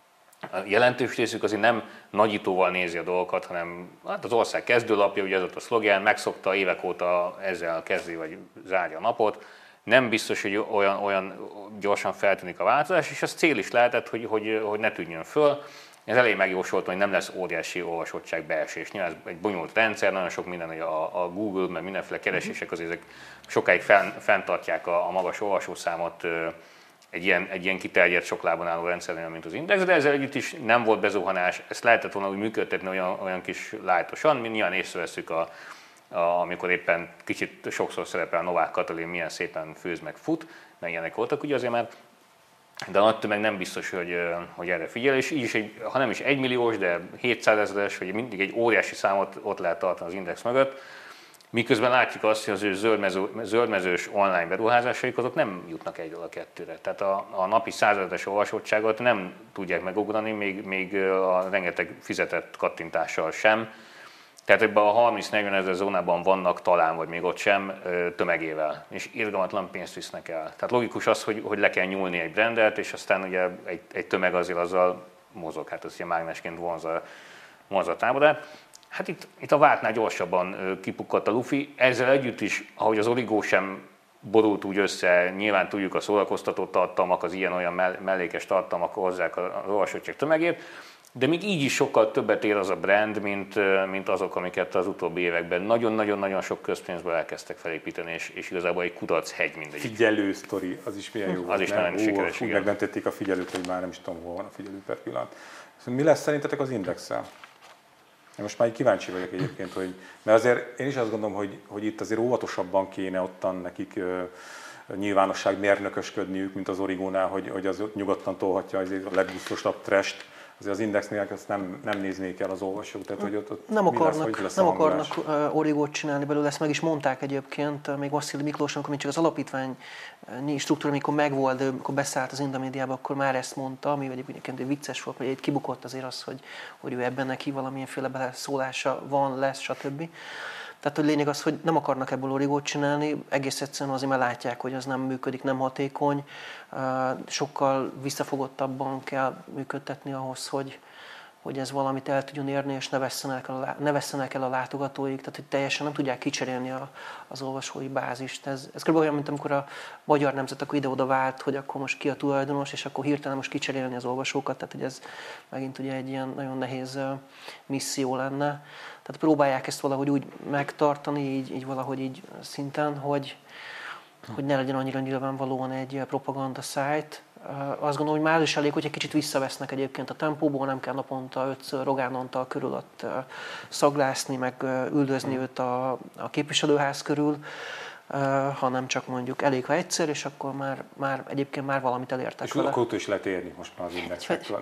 a jelentős részük azért nem nagyítóval nézi a dolgokat, hanem hát az ország kezdőlapja, ugye ez ott a szlogán, megszokta évek óta ezzel kezdi vagy zárja a napot. Nem biztos, hogy olyan, olyan gyorsan feltűnik a változás, és az cél is lehetett, hogy, hogy, hogy ne tűnjön föl. Ez elég megjósoltam, hogy nem lesz óriási olvasottság beesés. Nyilván ez egy bonyolult rendszer, nagyon sok minden, hogy a, a Google, meg mindenféle keresések azért ezek sokáig fenn, fenntartják a, a magas olvasószámot egy ilyen, egy ilyen kiterjedt sok lábon álló rendszerben, mint az Index, de ezzel együtt is nem volt bezuhanás, ezt lehetett volna úgy működtetni olyan, olyan kis lájtosan, mi nyilván észreveszünk, a, a, amikor éppen kicsit sokszor szerepel a Novák Katalin, milyen szépen főz meg fut, meg ilyenek voltak, ugye azért, mert de a nagy tömeg nem biztos, hogy, hogy erre figyel, és így is, egy, ha nem is egymilliós, de hétszázezeres, vagy mindig egy óriási számot ott lehet tartani az Index mögött, miközben látjuk azt, hogy az ő zöldmező, zöldmezős online beruházásaik azok nem jutnak egyről a kettőre. Tehát a, a napi százezeres olvasottságot nem tudják megugrani, még, még a rengeteg fizetett kattintással sem. Tehát ebben a harminc-negyven ezer zónában vannak talán, vagy még ott sem tömegével, és irgalmatlan pénzt visznek el. Tehát logikus az, hogy, hogy le kell nyúlni egy brandet, és aztán ugye egy, egy tömeg azért azzal mozog, hát az ilyen mágnesként vonza, vonza a támadát. Hát itt, itt a vártnál gyorsabban kipukkadt a lufi, ezzel együtt is, ahogy az origó sem borult úgy össze, nyilván tudjuk a szórakoztató tartalmak, az ilyen-olyan mellékes tartalmak hozzák az olvasottság tömegét, De még így is sokkal többet ér az a brand, mint, mint azok, amiket az utóbbi években nagyon-nagyon-nagyon sok közpénzből elkezdtek felépíteni, és, és igazából egy kudarc hegy mindegyik. Figyelő sztori, az is milyen jó. Az is nagyon sikeres, úgy igen. megmentették a figyelőt, hogy már nem is tudom, hol van a figyelő per pillanat. Mi lesz szerintetek az Indexsel? Én most már így kíváncsi vagyok egyébként, hogy, mert azért én is azt gondolom, hogy, hogy itt azért óvatosabban kéne ottan nekik uh, nyilvánosság mérnökösködniük, mint az Origónál, hogy, hogy az nyugodtan tolhatja az a legbusztosabb trash-t. Azért az Indexnél ezt nem, nem néznék el az olvasók, tehát hogy ott, ott nem akarnak, lesz, lesz nem akarnak uh, Origót csinálni belőle, ezt meg is mondták egyébként, még Vasszily Miklós, amikor még csak az alapítványi struktúra, amikor megvolt, de amikor beszállt az Indomédiába, akkor már ezt mondta, ami egyébként vicces volt, hogy kibukott azért az, hogy, hogy ő ebben neki valamilyenféle beleszólása van, lesz, stb. Tehát a lényeg az, hogy nem akarnak ebből Origót csinálni, egész egyszerűen azért, mert látják, hogy az nem működik, nem hatékony, sokkal visszafogottabban kell működtetni ahhoz, hogy, hogy ez valamit el tudjon érni, és ne vesszenek el, ne vesszenek el a látogatóik, tehát hogy teljesen nem tudják kicserélni a, az olvasói bázist. Ez, ez kb. Olyan, mint amikor a Magyar Nemzet akkor ide-oda vált, hogy akkor most ki a tulajdonos, és akkor hirtelen most kicserélni az olvasókat, tehát hogy ez megint ugye egy ilyen nagyon nehéz misszió lenne. Tehát próbálják ezt valahogy úgy megtartani, így, így valahogy így szinten, hogy, hogy ne legyen annyira nyilvánvalóan egy propaganda szájt. Azt gondolom, hogy már is elég, hogy egy kicsit visszavesznek egyébként a tempóból, nem kell naponta ötször Rogán Antal körül ott szaglászni, meg üldözni őt a, a képviselőház körül, hanem csak mondjuk elég, ha egyszer, és akkor már, már egyébként már valamit elértek és vele. És akkor is lehet érni most már az Indexnek.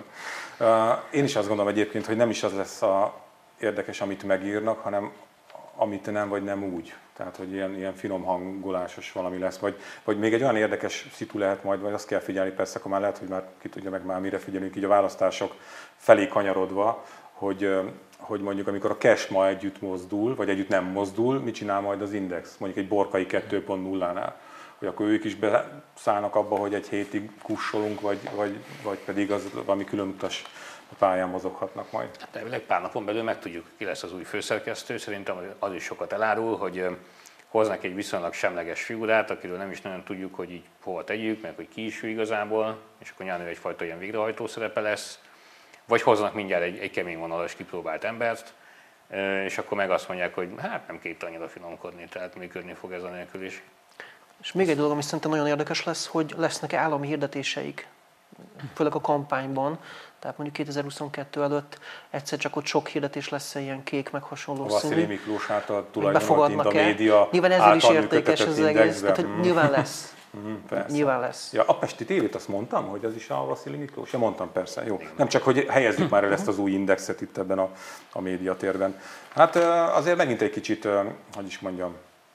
Én is azt gondolom egyébként, hogy nem is az lesz a érdekes, amit megírnak, hanem amit nem vagy nem úgy. Tehát, hogy ilyen, ilyen finom hangolásos valami lesz. Vagy, vagy még egy olyan érdekes szitu lehet majd, vagy azt kell figyelni, persze, akkor már lehet, hogy már ki tudja meg már mire figyelünk így a választások felé kanyarodva, hogy, hogy mondjuk amikor a cash ma együtt mozdul, vagy együtt nem mozdul, mit csinál majd az Index? Mondjuk egy Borkai kettő pont nullánál. Hogy akkor ők is beszállnak abba, hogy egy hétig kussolunk, vagy, vagy, vagy pedig az valami különutas a pályán mozoghatnak majd. Hát elvileg pár napon belül megtudjuk, ki lesz az új főszerkesztő. Szerintem az is sokat elárul, hogy hoznak egy viszonylag semleges figurát, akiről nem is nagyon tudjuk, hogy így hova tegyük, meg hogy ki is ő igazából, és akkor nyilván egyfajta ilyen végrehajtó szerepe lesz. Vagy hoznak mindjárt egy, egy kemény vonalas kipróbált embert, és akkor meg azt mondják, hogy hát nem két annyira finomkodni, tehát működni fog ez a nélkül is. És még egy dolog, ami szerintem nagyon érdekes lesz, hogy lesznek-e állami hirdetéseik, főleg a kampányban. Tehát mondjuk kétezer-huszonkettő előtt egyszer csak ott sok hirdetés lesz ilyen kék, meg hasonló színű. Vasszily Miklós által tulajdonolt Indomédia. Nyilván ezzel is értékes az egész, tehát hogy nyilván lesz. Persze. Nyilván lesz. Ja, a Pesti tévét azt mondtam, hogy az is a Vasszily Miklós? Ja, mondtam, persze. Jó. Nem csak, hogy helyezzük már el ezt az új Indexet itt ebben a, a médiatérben. Hát azért megint egy kicsit, hogy is mondjam,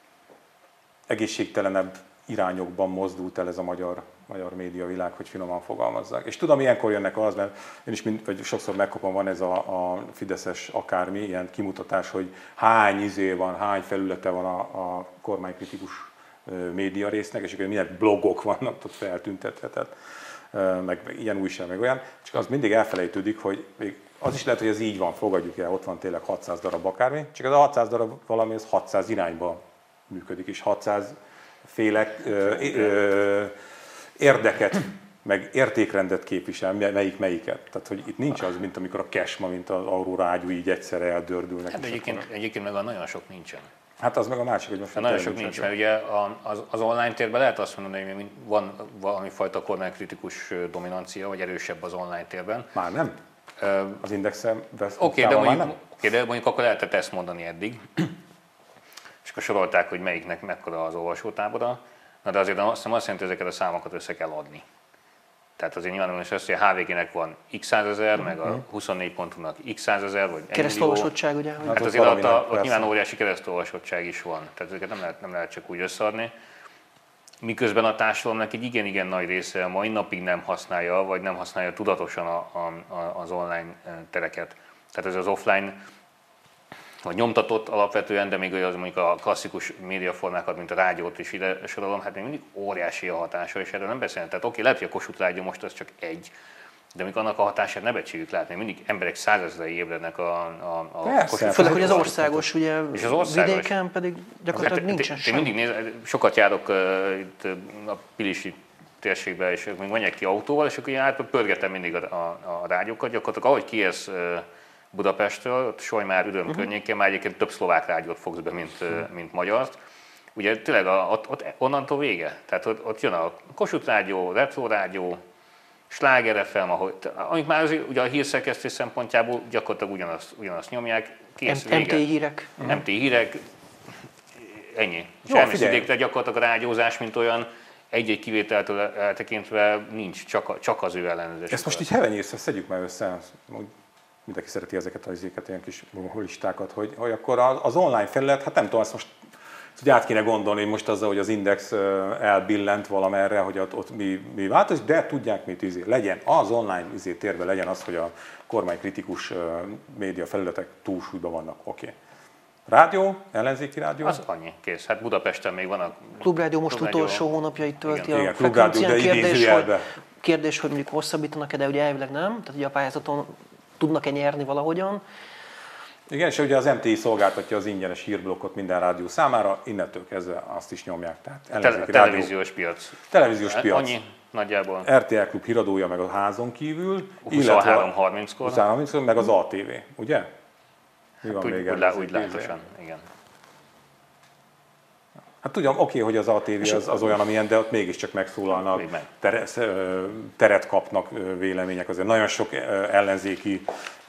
egészségtelenebb irányokban mozdult el ez a magyar, magyar médiavilág, hogy finoman fogalmazzák. És tudom, ilyenkor jönnek az, mert én is mind, vagy sokszor megkapom, van ez a, a fideszes akármi, ilyen kimutatás, hogy hány izé van, hány felülete van a, a kormánykritikus média résznek, és akkor milyen blogok vannak ott feltüntethetett, meg, meg ilyen újság, meg olyan, csak az mindig elfelejtődik, hogy még az is lehet, hogy ez így van, fogadjuk el, ott van tényleg hatszáz darab akármi, csak ez a hatszáz darab valami, ez hatszáz irányba működik, és hatszáz féle ö, ö, érdeket, meg értékrendet képvisel, melyik melyiket. Tehát, hogy itt nincs az, mint amikor a Kesma, mint az Aurora ágyú így egyszerre eldördülnek. Hát egyébként, egyébként meg a nagyon sok nincsen. Hát az meg a másik, hogy most... Nagyon sok nincs, mert ugye az, az online térben lehet azt mondani, hogy van valami fajta kormánykritikus dominancia, vagy erősebb az online térben. Már nem? Az Indexen vesz. Oké, okay, de, mondjuk, okay, de mondjuk akkor lehetett ezt mondani eddig. És akkor sorolták, hogy melyiknek mekkora az olvasótábora. Na de azért azt azt jelenti, hogy ezeket a számokat össze kell adni. Tehát azért nyilvánvalóan is az, hogy a há vé gének van x százezer, meg a huszonnégy pontúnak x százezer, vagy egy keresztolvasottság, ugye? Hát az azért ott, ott nyilván óriási keresztolvasottság is van. Tehát ezeket nem lehet, nem lehet csak úgy összeadni. Miközben a társadalomnak egy igen-igen nagy része mai napig nem használja, vagy nem használja tudatosan a, a, az online tereket. Tehát ez az offline, vagy nyomtatott alapvetően, de még az mondjuk a klasszikus médiaformákat, mint a rádiót is ide sorolom, hát még mindig óriási a hatása, és erről nem beszélünk. Tehát oké, lehet, hogy a Kossuth Rádió most az csak egy, de amikor annak a hatását ne becsüljük látni, mindig emberek százezrei ébrednek a, a, a Kossuth. Főleg, hogy az országos, ugye és az országos, vidéken pedig gyakorlatilag nincsen semmi. Mindig néz, sokat járok uh, itt a Pilisi térségbe, és még menjek ki autóval, és akkor én át pörgetem mindig a, a, a rádiókat, gyakorlatilag ahogy kiérsz Budapestről, ott Solymár, Üröm uh-huh. környékén már egyébként több szlovák rádiót fogsz be, mint, uh-huh. mint magyart. Ugye tényleg a, ott, ott onnantól vége. Tehát ott, ott jön a Kossuth rádió, Retro rádió, Sláger ef em, ahogy, amik már azért, ugye a hírszerkesztés szempontjából gyakorlatilag ugyanazt, ugyanazt nyomják. Kész, em té hírek. Uh-huh. em té hírek, ennyi. És elmészidékre gyakorlatilag a rádiózás, mint olyan, egy-egy kivételtől eltekintve nincs, csak, a, csak az ő ellenőrzés. Ezt most így hevenyészre szedjük már össze, mindenki szereti ezeket az izéket, ilyen kis listákat, hogy, hogy akkor az online felület, hát nem tudom, ezt most hogy át kéne gondolni most azzal, hogy az Index elbillent valamerre, hogy ott, ott mi, mi változik, de tudják mit izé. Legyen az online izé térben, legyen az, hogy a kormánykritikus média felületek túlsúlyban vannak. Oké. Okay. Rádió, ellenzéki rádió? Az annyi, kész. Hát Budapesten még van a... Klubrádió most Klubrádió. Utolsó hónapjait tölti igen, a igen, Klubrádió, de kérdés, hogy, kérdés, hogy mondjuk hosszabbítanak-e, de ugye elvileg nem. Tehát ugye a pályázaton tudnak-e nyerni valahogyan. Igen, és ugye az em té i szolgáltatja az ingyenes hírblokkot minden rádió számára, innentől kezdve azt is nyomják. Tehát ellenzéki Tele- televíziós rádió, piac. Televíziós piac. Annyi nagyjából. er té el Klub híradója meg a házon kívül. huszonhárom harminckor. huszonhárom harminckor, meg az á té vé, ugye? Mi van hát még úgy, úgy, úgy látosan, igen. Hát tudom, oké, hogy az á té vé az, az olyan, amilyen, de ott mégiscsak megszólalnak, tere, teret kapnak vélemények. Azért nagyon sok ellenzéki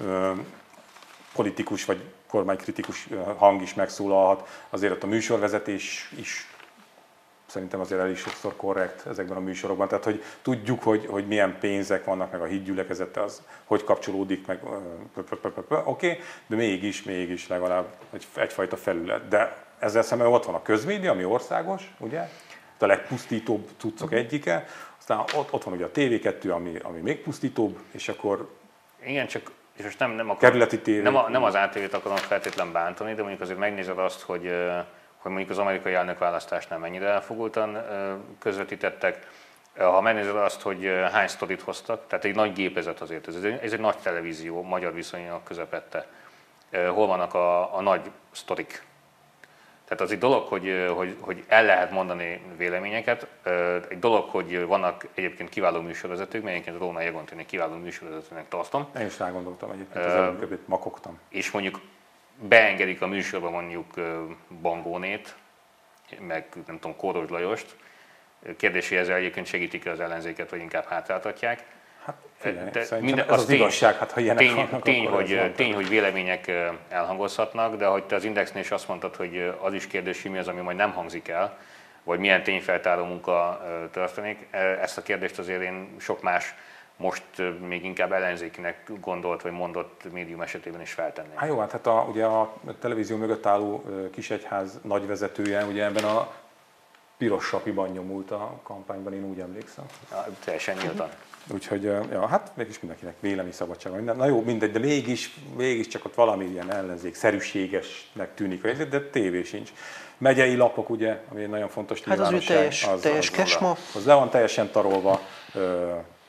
politikus vagy kormánykritikus hang is megszólalhat. Azért ott a műsorvezetés is szerintem azért elég sokszor korrekt ezekben a műsorokban. Tehát, hogy tudjuk, hogy, hogy milyen pénzek vannak, meg a hídgyülekezete az hogy kapcsolódik, meg oké, okay, de mégis, mégis legalább egy, egyfajta felület. De ezzel szemben ott van a közmédia, ami országos, ugye? A legpusztítóbb cuccok egyike. Aztán ott, ott van ugye a té vé kettő, ami, ami még pusztítóbb, és akkor... Igen, csak és most nem, nem, akarom, nem, a, nem az á té vét akarom feltétlen bántani, de mondjuk azért megnézed azt, hogy, hogy mondjuk az amerikai elnökválasztásnál mennyire elfogultan közvetítettek. Ha megnézed azt, hogy hány sztorit hoztak, tehát egy nagy gépezet azért, ez egy, ez egy nagy televízió, magyar viszonylag közepette. Hol vannak a, a nagy sztorik? Tehát az egy dolog, hogy, hogy, hogy el lehet mondani véleményeket, egy dolog, hogy vannak egyébként kiváló műsorvezetők, mert egyébként Róna Egontén kiváló műsorvezetőnek tartom. Én is rágondoltam egyébként, az előbb makogtam. És mondjuk beengedik a műsorba mondjuk Bangónét, meg nem tudom, Kóros Lajost. Kérdés, hogy ezzel egyébként segítik az ellenzéket, vagy inkább hátráltatják. Hát figyelj, de minden, az, az tény, igazság, hát ha ilyenek tény, vannak, tény, hogy, tény, hogy vélemények elhangozhatnak, de hogy te az Indexnél is azt mondtad, hogy az is kérdés, hogy mi az, ami majd nem hangzik el, vagy milyen tényfeltáró munka történik. Ezt a kérdést azért én sok más most még inkább ellenzékinek gondolt vagy mondott médium esetében is feltenném. Hát jó, hát a, ugye a televízió mögött álló kisegyház nagyvezetője ugye ebben a piros sapiban nyomult a kampányban, én úgy emlékszem. Ja, teljesen nyíltan. Úgyhogy, ja, hát mégis mindenkinek véleményszabadsága minden. Na jó, mindegy, de mégis, mégis csak ott valami ilyen ellenzék szerűségesnek tűnik, de tévé sincs. Megyei lapok, ugye, ami egy nagyon fontos nyilvánosság. Hát az ő teljes, az, teljes az, kesma. Az, az le van teljesen tarolva, ö,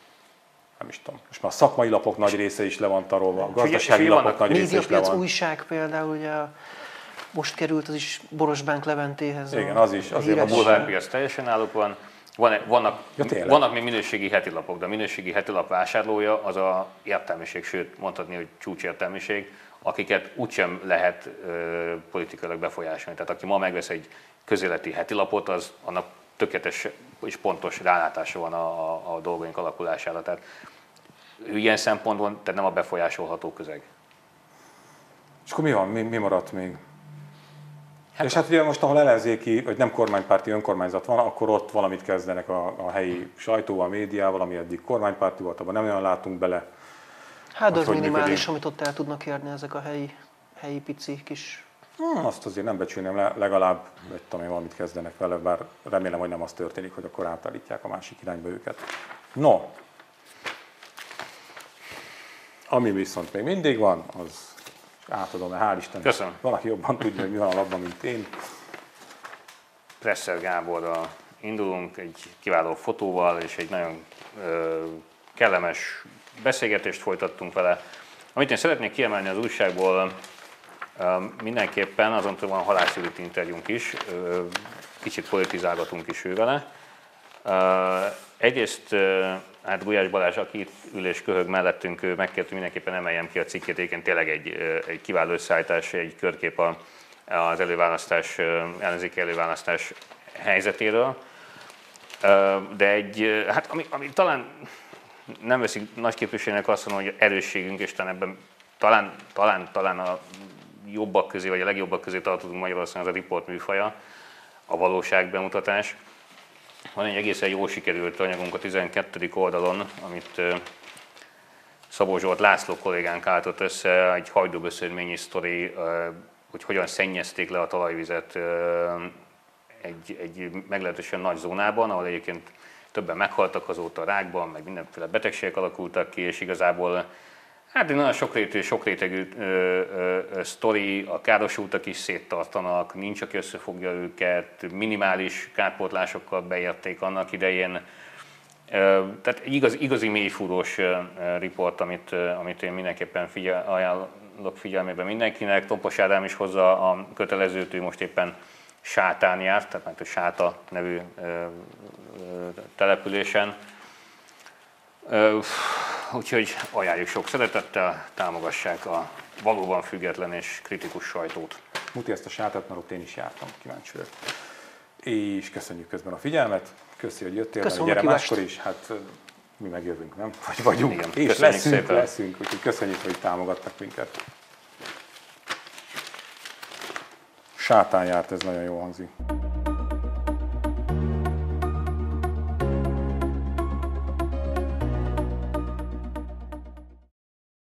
nem is tudom, most már a szakmai lapok nagy része is le van tarolva, a gazdasági lapok nagy része is le van. Újság például, ugye most került az is Borosbánk Leventéhez. Igen, az is. Azért a bulvárpiac teljesen náluk van. Van, vannak, ja, vannak még minőségi hetilapok, de a minőségi hetilap vásárlója az a értelmiség, sőt mondhatni, hogy csúcsértelmiség, akiket úgysem lehet ö, politikailag befolyásolni. Tehát aki ma megvesz egy közéleti hetilapot, az annak tökéletes és pontos rálátása van a, a, a dolgaink alakulására. Tehát ő ilyen szempontból tehát nem a befolyásolható közeg. És akkor mi van? Mi, mi maradt még? Hát és hát ugye most, ahol ellenzéki, vagy nem kormánypárti önkormányzat van, akkor ott valamit kezdenek a, a helyi sajtóval, a médiával, ami eddig kormánypárti volt, abban nem olyan látunk bele. Hát az minimális, működik. Amit ott el tudnak érni ezek a helyi, helyi pici kis... Hmm, azt azért nem becsülném le, legalább, vagy tudom, valamit kezdenek vele, bár remélem, hogy nem az történik, hogy akkor átállítják a másik irányba őket. No, ami viszont még mindig van, az... Átadom, mert hál' Istennek. Köszönöm. Valaki jobban tudja, hogy mi van a labban, mint én. Presser Gáborral indulunk egy kiváló fotóval, és egy nagyon ö, kellemes beszélgetést folytattunk vele. Amit én szeretnék kiemelni az újságból, ö, mindenképpen, azon túl van Halász Judit interjúnk is, ö, kicsit politizálgatunk is ő vele. Ö, Egyrészt hát Gulyás Balázs, aki itt ül és köhög mellettünk, ő megkért, hogy mindenképpen emeljem ki a cikkét, egyébként tényleg egy, egy kiváló összeállítás, egy körkép az előválasztás, ellenzéki előválasztás helyzetéről. De egy, hát ami, ami talán nem veszik nagy képviselőnek azt mondom, hogy erősségünk, és talán ebben talán, talán, talán a jobbak közé, vagy a legjobbak közé tartozunk Magyarországon, az a riport műfaja, a valóságbemutatás. Van egy egészen jól sikerült anyagunk a tizenkettedik oldalon, amit Szabó Zsolt László kollégánk álltott össze, egy hajdúböszörményi sztori, hogy hogyan szennyezték le a talajvizet egy, egy meglehetősen nagy zónában, ahol egyébként többen meghaltak azóta rákban, meg mindenféle betegségek alakultak ki, és igazából hát egy nagyon sokrétű, sokrétegű ö, ö, ö, sztori, a károsultak is széttartanak, nincs, aki összefogja őket, minimális kárpótlásokkal beérték annak idején. Ö, tehát egy igaz, igazi mélyfúrós ö, riport, amit, ö, amit én mindenképpen figyel, ajánlok figyelmébe mindenkinek. Topos Ádám is hozza a kötelezőt, ő most éppen Sátán járt, tehát mert a Sáta nevű ö, ö, településen. Ö, Úgyhogy ajánljuk sok szeretettel, támogassák a valóban független és kritikus sajtót. Muti ezt a Sátát, mert ott én is jártam, kíváncsi vagyok. És köszönjük közben a figyelmet, köszi, hogy jöttél, Köszönöm, gyere kívást. máskor is, hát mi megjövünk, nem? Vagy vagyunk, Igen, és köszönjük leszünk, szépen. leszünk, úgyhogy köszönjük, hogy támogatnak minket. Sátán járt, ez nagyon jól hangzik.